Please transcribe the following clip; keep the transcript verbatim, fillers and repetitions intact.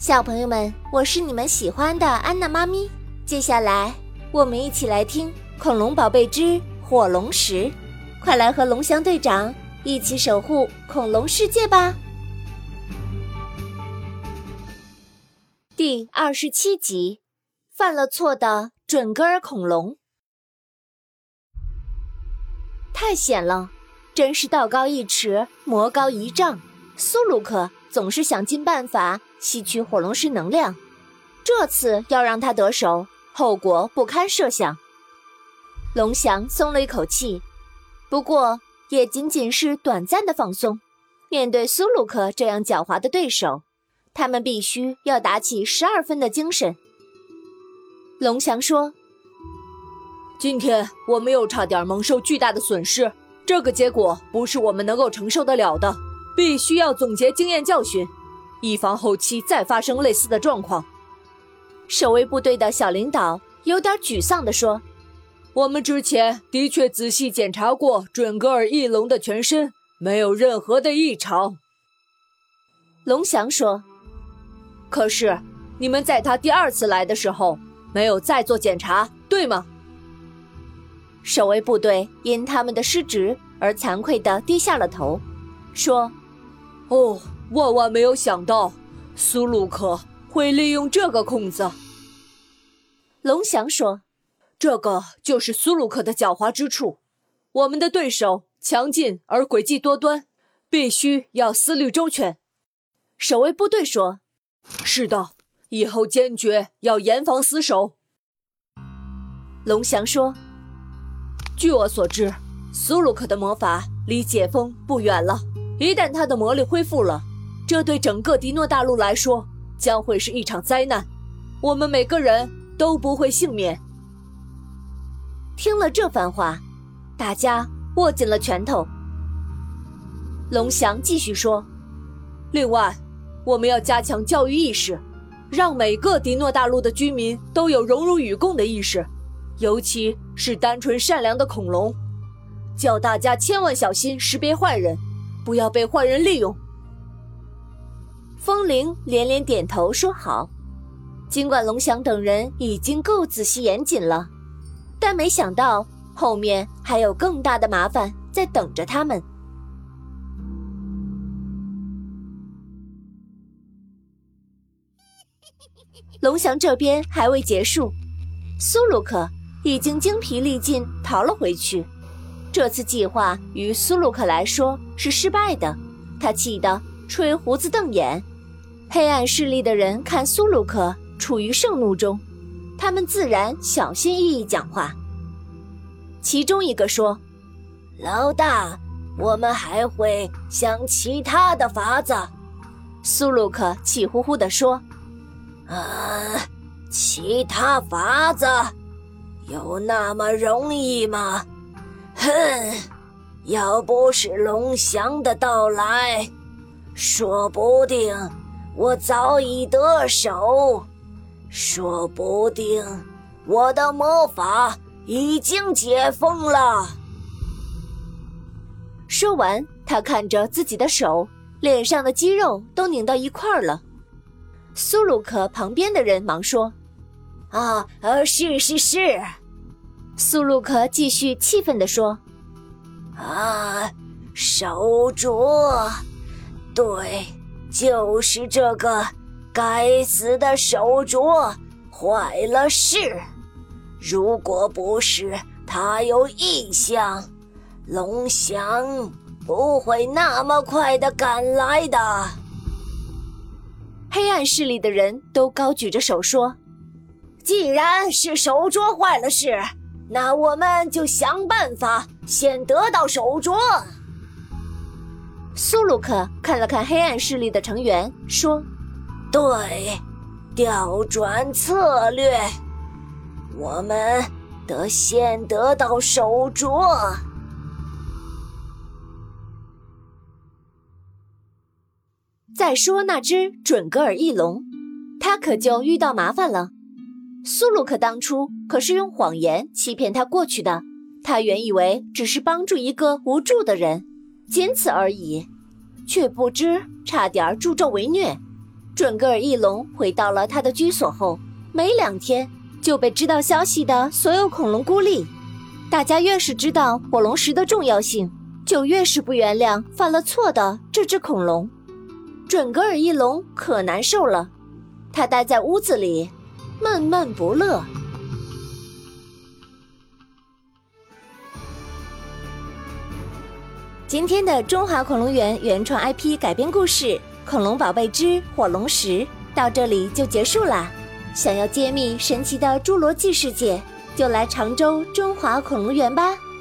小朋友们，我是你们喜欢的安娜妈咪。接下来我们一起来听《恐龙宝贝之火龙石》，快来和龙翔队长一起守护恐龙世界吧。第二十七集，犯了错的准格尔恐龙。太险了，真是道高一尺，魔高一丈。苏鲁克总是想尽办法吸取火龙石能量，这次要让他得手，后果不堪设想。龙翔松了一口气，不过也仅仅是短暂的放松。面对苏鲁克这样狡猾的对手，他们必须要打起十二分的精神。龙翔说： 今天我们又差点蒙受巨大的损失，这个结果不是我们能够承受得了的，必须要总结经验教训，以防后期再发生类似的状况。 守卫部队的小领导有点沮丧地说： 我们之前的确仔细检查过准格尔翼龙的全身，没有任何的异常。 龙翔说： 可是你们在他第二次来的时候没有再做检查，对吗？ 守卫部队因他们的失职而惭愧地低下了头，说： 哦，万万没有想到苏鲁克会利用这个空子。 龙翔说： 这个就是苏鲁克的狡猾之处，我们的对手强劲而诡计多端，必须要思虑周全。 守卫部队说： 是的，以后坚决要严防死守。 龙翔说： 据我所知，苏鲁克的魔法离解封不远了，一旦他的魔力恢复了，这对整个迪诺大陆来说将会是一场灾难，我们每个人都不会幸免。 听了这番话，大家握紧了拳头。龙翔继续说： 另外，我们要加强教育意识，让每个迪诺大陆的居民都有荣辱与共的意识，尤其是单纯善良的恐龙，叫大家千万小心识别坏人，不要被坏人利用。 风铃连连点头说好。尽管龙翔等人已经够仔细严谨了，但没想到后面还有更大的麻烦在等着他们。龙翔这边还未结束，苏鲁克已经精疲力尽逃了回去。这次计划于苏鲁克来说是失败的，他气得吹胡子瞪眼。黑暗势力的人看苏鲁克处于盛怒中，他们自然小心翼翼讲话。其中一个说： 老大，我们还会想其他的法子。 苏鲁克气呼呼地说： 啊，其他法子有那么容易吗？哼，要不是龙翔的到来，说不定我早已得手，说不定我的魔法已经解封了。 说完，他看着自己的手，脸上的肌肉都拧到一块儿了。苏鲁克旁边的人忙说： 啊，呃，是是是。 苏鲁克继续气愤地说： 啊，手镯，对，就是这个该死的手镯坏了事。如果不是他有异象，龙翔不会那么快地赶来的。 黑暗势力的人都高举着手说： 既然是手镯坏了事，那我们就想办法先得到手镯。 苏鲁克看了看黑暗势力的成员说： 对，调转策略，我们得先得到手镯。 再说那只准格尔翼龙，他可就遇到麻烦了。苏鲁克当初可是用谎言欺骗他过去的，他原以为只是帮助一个无助的人，仅此而已，却不知差点助纣为虐。 准格尔翼龙回到了他的居所后，没两天就被知道消息的所有恐龙孤立。大家越是知道火龙石的重要性，就越是不原谅犯了错的这只恐龙。准格尔翼龙可难受了，他待在屋子里闷闷不乐。今天的中华恐龙园原创 I P 改编故事《恐龙宝贝之火龙石》到这里就结束啦。想要揭秘神奇的侏罗纪世界，就来常州中华恐龙园吧。